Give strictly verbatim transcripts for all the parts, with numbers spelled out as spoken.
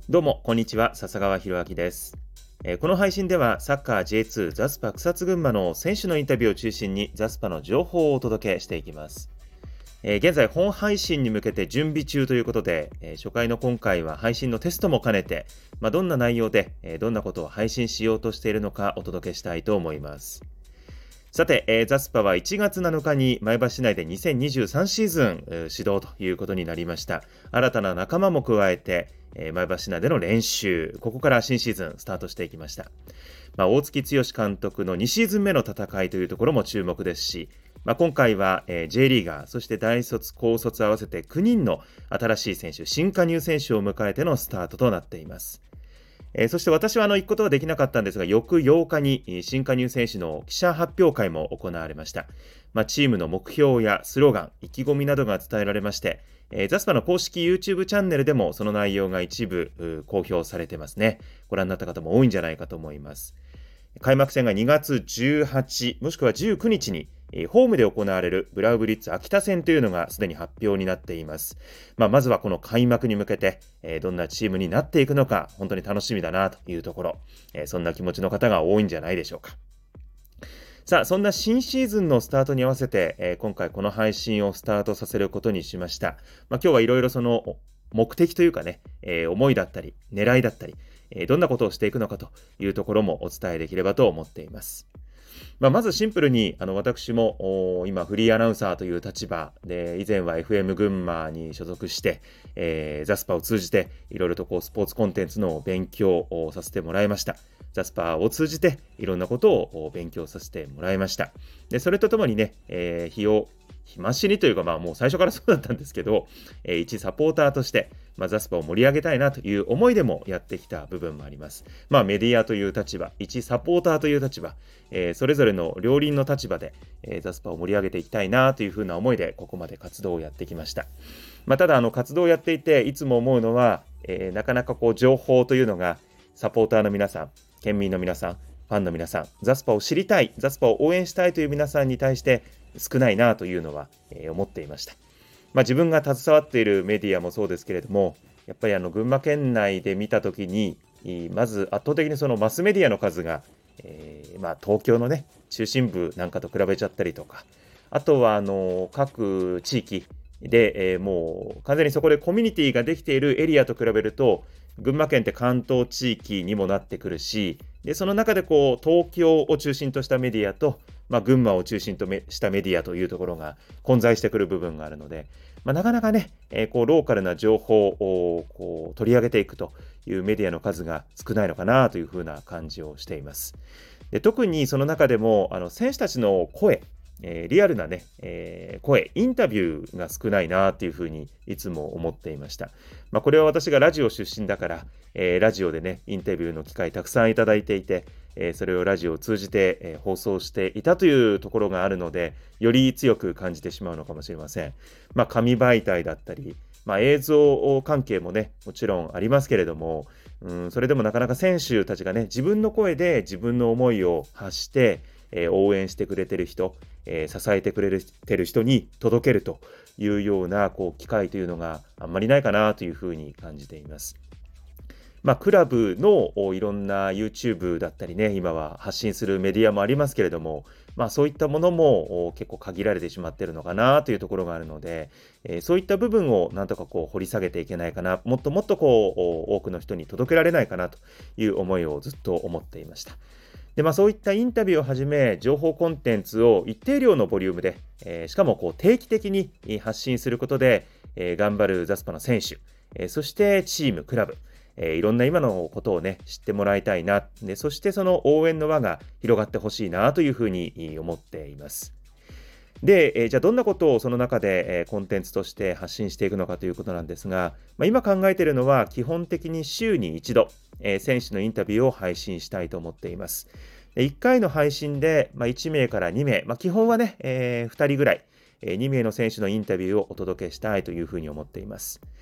どうも、こんにちは。笹川博明です。えーこの配信では、サッカー ジェイツー ザスパ草津群馬の選手のインタビューを中心に、ザスパの情報をお届けしていきます。えー現在、本配信に向けて準備中ということで、えー初回の今回は配信のテストも兼ねて、まあ、どんな内容で、えーどんなことを配信しようとしているのかお届けしたいと思います。さて、えーザスパはいちがつなのかに前橋市内でにせんにじゅうさんシーズンえー始動ということになりました。新たな仲間も加えて、えー前橋市内での練習、ここから新シーズンスタートしていきました。まあ、大月剛監督のにシーズン目の戦いというところも注目ですし、まあ、今回は、えー J リーガー、そして大卒、高卒合わせてきゅうにんの新しい選手、新加入選手を迎えてのスタートとなっています。えーそして私はあの行くことはできなかったんですが、翌ようかにえー新加入選手の記者発表会も行われました。まあ、チームの目標やスローガン、意気込みなどが伝えられまして、えーザスパの公式 YouTube チャンネルでもその内容が一部う公表されてますね。ご覧になった方も多いんじゃないかと思います。開幕戦がにがつじゅうはちもしくはじゅうくにちにえーホームで行われるブラウブリッツ秋田戦というのがすでに発表になっています。まあ、まずはこの開幕に向けて、えーどんなチームになっていくのか本当に楽しみだなというところ、えーそんな気持ちの方が多いんじゃないでしょうか。さあ、そんな新シーズンのスタートに合わせて、えー今回この配信をスタートさせることにしました。まあ、今日はいろいろそのお目的というかね、えー思いだったり、狙いだったり、えーどんなことをしていくのかというところもお伝えできればと思っています。まあ、まずシンプルにあの私もお今フリーアナウンサーという立場で、以前は エフエム 群馬に所属して、えーザスパを通じていろいろとこうスポーツコンテンツの勉強をさせてもらいました。ザスパを通じていろんなことを勉強させてもらいました。で、それとともにね、えー日を日増しにというか、まあもう最初からそうだったんですけど、えー一サポーターとして、まあ、ザスパを盛り上げたいなという思いでもやってきた部分もあります。まあメディアという立場、一サポーターという立場、えーそれぞれの両輪の立場で、えーザスパを盛り上げていきたいなというふうな思いでここまで活動をやってきました。まあ、ただあの活動をやっていていつも思うのは、えーなかなかこう情報というのがサポーターの皆さん、県民の皆さん、ファンの皆さん、ザスパを知りたい、ザスパを応援したいという皆さんに対して少ないなというのは、えー思っていました。まあ、自分が携わっているメディアもそうですけれども、やっぱりあの群馬県内で見たときに、いまず圧倒的にそのマスメディアの数が、えーまあ、東京のね、中心部なんかと比べちゃったりとか、あとはあの各地域で、えーもう完全にそこでコミュニティができているエリアと比べると、群馬県って関東地域にもなってくるし、でその中でこう東京を中心としたメディアと、まあ、群馬を中心とめしたメディアというところが混在してくる部分があるので、まあ、なかなかね、えーこうローカルな情報をこう取り上げていくというメディアの数が少ないのかなというふうな感じをしています。で特にその中でもあの選手たちの声、えーリアルなね、えー声、インタビューが少ないなというふうにいつも思っていました。まあ、これは私がラジオ出身だから、えーラジオでね、インタビューの機会たくさんいただいていて、えーそれをラジオを通じて、えー放送していたというところがあるので、より強く感じてしまうのかもしれません。まあ、紙媒体だったり、まあ、映像関係もね、もちろんありますけれども、うん、それでもなかなか選手たちがね、自分の声で自分の思いを発して、えー応援してくれてる人、えー支えてくれてる人に届けるというようなこう機会というのがあんまりないかなというふうに感じています。まあ、クラブのおいろんな YouTube だったりね、今は発信するメディアもありますけれども、まあ、そういったものもお結構限られてしまっているのかなというところがあるので、えーそういった部分をなんとかこう掘り下げていけないかな、もっともっとこうお多くの人に届けられないかなという思いをずっと思っていました。で、まあ、そういったインタビューをはじめ、情報コンテンツを一定量のボリュームで、えーしかもこう定期的にえー発信することで、えー頑張るザスパの選手、えーそしてチーム、クラブ、えーいろんな今のことをね、知ってもらいたいな。で、そしてその応援の輪が広がってほしいなというふうにえー思っています。で、えーじゃあどんなことをその中で、えーコンテンツとして発信していくのかということなんですが、まあ、今考えているのは基本的に週に一度、えー選手のインタビューを配信したいと思っています。でいっかいの配信で、まあ、いち名からに名、まあ、基本はね、えーふたりぐらい、えーに名の選手のインタビューをお届けしたいというふうに思っています。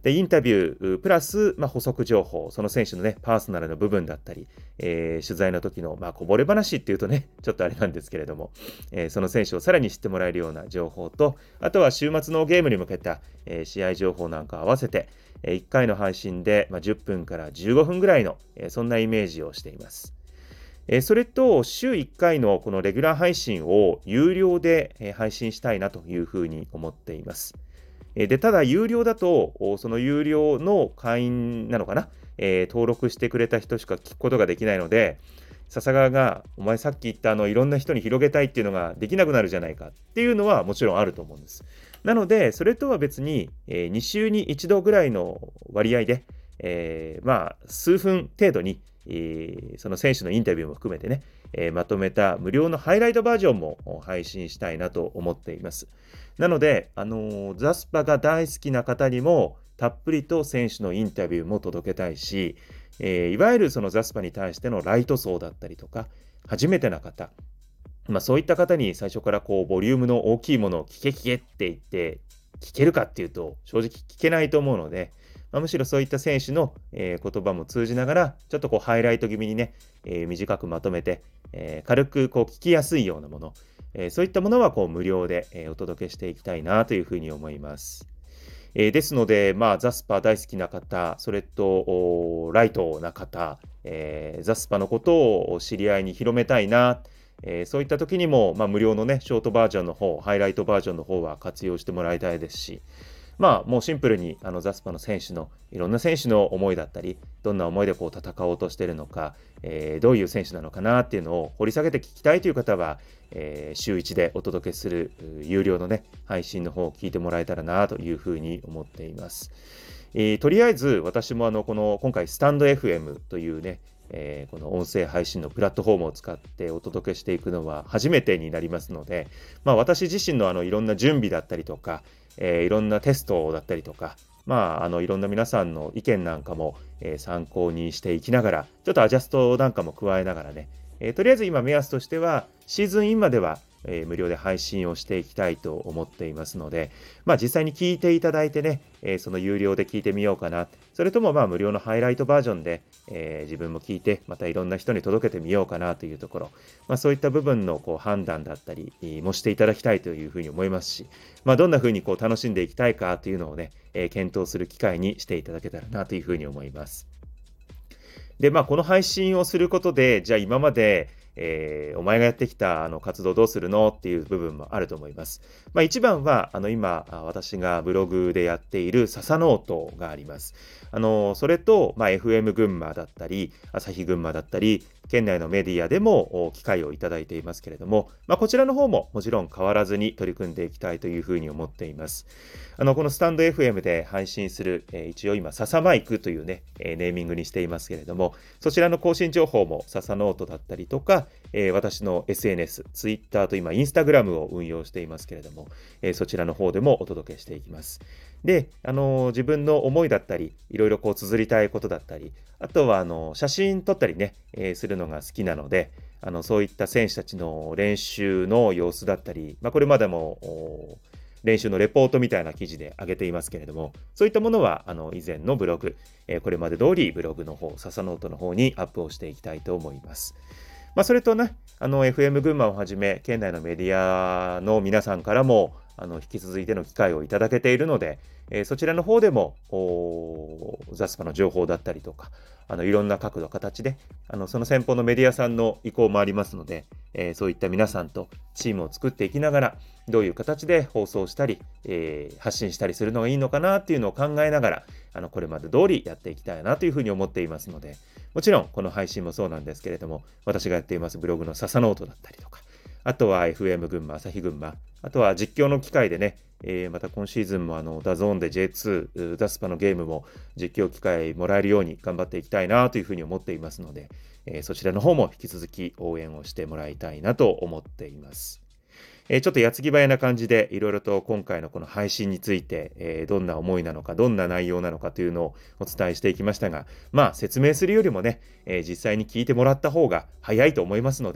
で、インタビュープラス、まあ、補足情報、その選手のね、パーソナルの部分だったり、えー取材の時の、まあ、こぼれ話っていうとね、ちょっとあれなんですけれども、えーその選手をさらに知ってもらえるような情報と、あとは週末のゲームに向けた、えー試合情報なんか合わせて、えーいっかいの配信で、まあ、じゅっぷんからじゅうごふんぐらいの、えーそんなイメージをしています。えーそれと、週いっかいのこのレギュラー配信を有料でえー配信したいなというふうに思っています。えーで、ただ、有料だと、おその有料の会員なのかな、えー登録してくれた人しか聞くことができないので、笹川が、お前さっき言ったあのいろんな人に広げたいっていうのができなくなるじゃないかっていうのはもちろんあると思うんです。なので、それとは別に、えーに週にいちどぐらいの割合で、えーまあ、数分程度に、えーその選手のインタビューも含めてね、えーまとめた無料のハイライトバージョンも配信したいなと思っています。なので、あのーザスパが大好きな方にも、たっぷりと選手のインタビューも届けたいし、えーいわゆるそのザスパに対してのライト層だったりとか、初めてな方、まあ、そういった方に最初からこうボリュームの大きいものを聞け聞けって言って聞けるかっていうと正直聞けないと思うので、まあ、むしろそういった選手の、えー言葉も通じながらちょっとこうハイライト気味にね、えー短くまとめて、えー軽くこう聞きやすいようなもの、えーそういったものはこう無料で、えーお届けしていきたいなというふうに思います。えーですので、まあ、ザスパ大好きな方、それとおライトな方、えーザスパのことを知り合いに広めたいな、えーそういった時にも、まあ、無料のね、ショートバージョンの方、ハイライトバージョンの方は活用してもらいたいですし、まあ、もうシンプルにあのザスパの選手のいろんな選手の思いだったり、どんな思いでこう戦おうとしているのか、えーどういう選手なのかなっていうのを掘り下げて聞きたいという方は、えー週いちでお届けするう有料のね、配信の方を聞いてもらえたらなというふうに思っています。えーとりあえず私もあのこの今回スタンド エフエム というね、えーこの音声配信のプラットフォームを使ってお届けしていくのは初めてになりますので、まあ、私自身のあのいろんな準備だったりとか、えーいろんなテストだったりとか、まあ、あのいろんな皆さんの意見なんかも、えー参考にしていきながら、ちょっとアジャストなんかも加えながらね、えーとりあえず今目安としては、シーズンインまでは、えー無料で配信をしていきたいと思っていますので、まあ、実際に聞いていただいてね、えーその有料で聞いてみようかな、それともまあ無料のハイライトバージョンで、えー自分も聞いて、またいろんな人に届けてみようかなというところ、まあ、そういった部分のこう判断だったりもしていただきたいというふうに思いますし、まあ、どんなふうにこう楽しんでいきたいかというのをね、えー検討する機会にしていただけたらなというふうに思います。で、まあ、この配信をすることで、じゃあ今まで、えーお前がやってきたあの活動どうするのっていう部分もあると思います。まあ、一番は、あの今、あ私がブログでやっている笹ノートがあります。あのそれと、まあ、エフエム 群馬だったり、朝日群馬だったり、県内のメディアでもお機会をいただいていますけれども、まあ、こちらの方ももちろん変わらずに取り組んでいきたいというふうに思っています。あのこのスタンド エフエム で配信する、えー一応今、笹マイクというね、えーネーミングにしていますけれども、そちらの更新情報も笹ノートだったりとか、えー私の エスエヌエス、Twitter と今、Instagram を運用していますけれども、えーそちらの方でもお届けしていきます。で、あのー自分の思いだったり、いろいろこう綴りたいことだったり、あとはあの写真撮ったりね、えーするのが好きなので、あのそういった選手たちの練習の様子だったり、まあ、これまでもお練習のレポートみたいな記事で上げていますけれども、そういったものはあの以前のブログ、えーこれまで通りブログの方、笹ノートの方にアップをしていきたいと思います。まあ、それとね、あの エフエム 群馬をはじめ、県内のメディアの皆さんからも、あの引き続いての機会をいただけているので、えーそちらの方でも、おザスパの情報だったりとか、あのいろんな角度、形で、あのその先方のメディアさんの意向もありますので、えーそういった皆さんとチームを作っていきながら、どういう形で放送したり、えー発信したりするのがいいのかなっていうのを考えながら、あのこれまで通りやっていきたいなというふうに思っていますので、もちろんこの配信もそうなんですけれども、私がやっていますブログの笹ノートだったりとか、あとは エフエム 群馬、朝日群馬、あとは実況の機会でね、えーまた今シーズンもあのダゾーンで ジェイツー、ザスパのゲームも実況機会もらえるように頑張っていきたいなというふうに思っていますので、えーそちらの方も引き続き応援をしてもらいたいなと思っています。えーちょっと矢継ぎ早な感じでいろいろと今回のこの配信について、えーどんな思いなのか、どんな内容なのかというのをお伝えしていきましたが、まあ説明するよりもね、えー実際に聞いてもらった方が早いと思いますので、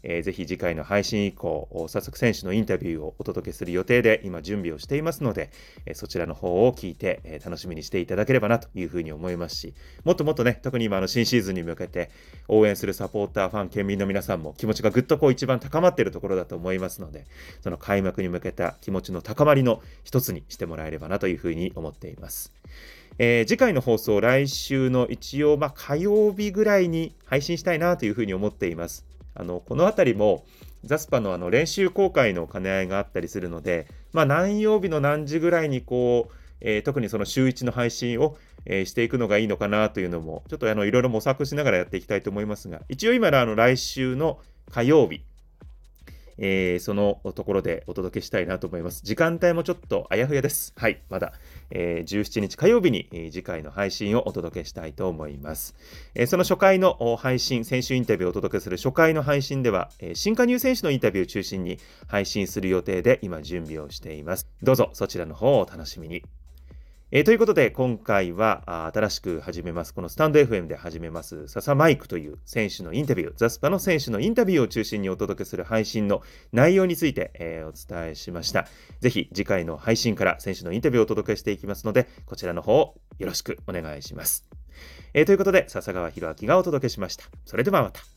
えー、ぜひ次回の配信以降、早速選手のインタビューをお届けする予定で今準備をしていますので、えー、そちらの方を聞いて、えー、楽しみにしていただければなというふうに思いますし、もっともっとね、特に今の新シーズンに向けて応援するサポーター、ファン、県民の皆さんも気持ちがぐっとこう一番高まっているところだと思いますので、その開幕に向けた気持ちの高まりの一つにしてもらえればなというふうに思っています。えー、次回の放送、来週の一応、まあ、火曜日ぐらいに配信したいなというふうに思っています。あのこのあたりもザスパのあの練習公開の兼ね合いがあったりするので、まあ、何曜日の何時ぐらいにこう、えー、特にその週いちの配信を、えー、していくのがいいのかなというのも、ちょっとあのいろいろ模索しながらやっていきたいと思いますが、一応今のあの来週の火曜日、えー、そのところでお届けしたいなと思います。時間帯もちょっとあやふやです。はい、まだ、えー、じゅうしちにち火曜日に、えー、次回の配信をお届けしたいと思います。えー、その初回の配信、選手インタビューをお届けする初回の配信では、えー、新加入選手のインタビューを中心に配信する予定で今準備をしています。どうぞそちらの方をお楽しみに。えー、ということで、今回は新しく始めます、このスタンド エフエム で始めます、笹マイクという選手のインタビュー、ザスパの選手のインタビューを中心にお届けする配信の内容について、えー、お伝えしました。ぜひ次回の配信から選手のインタビューをお届けしていきますので、こちらの方よろしくお願いします。えー、ということで、笹川博明がお届けしました。それではまた。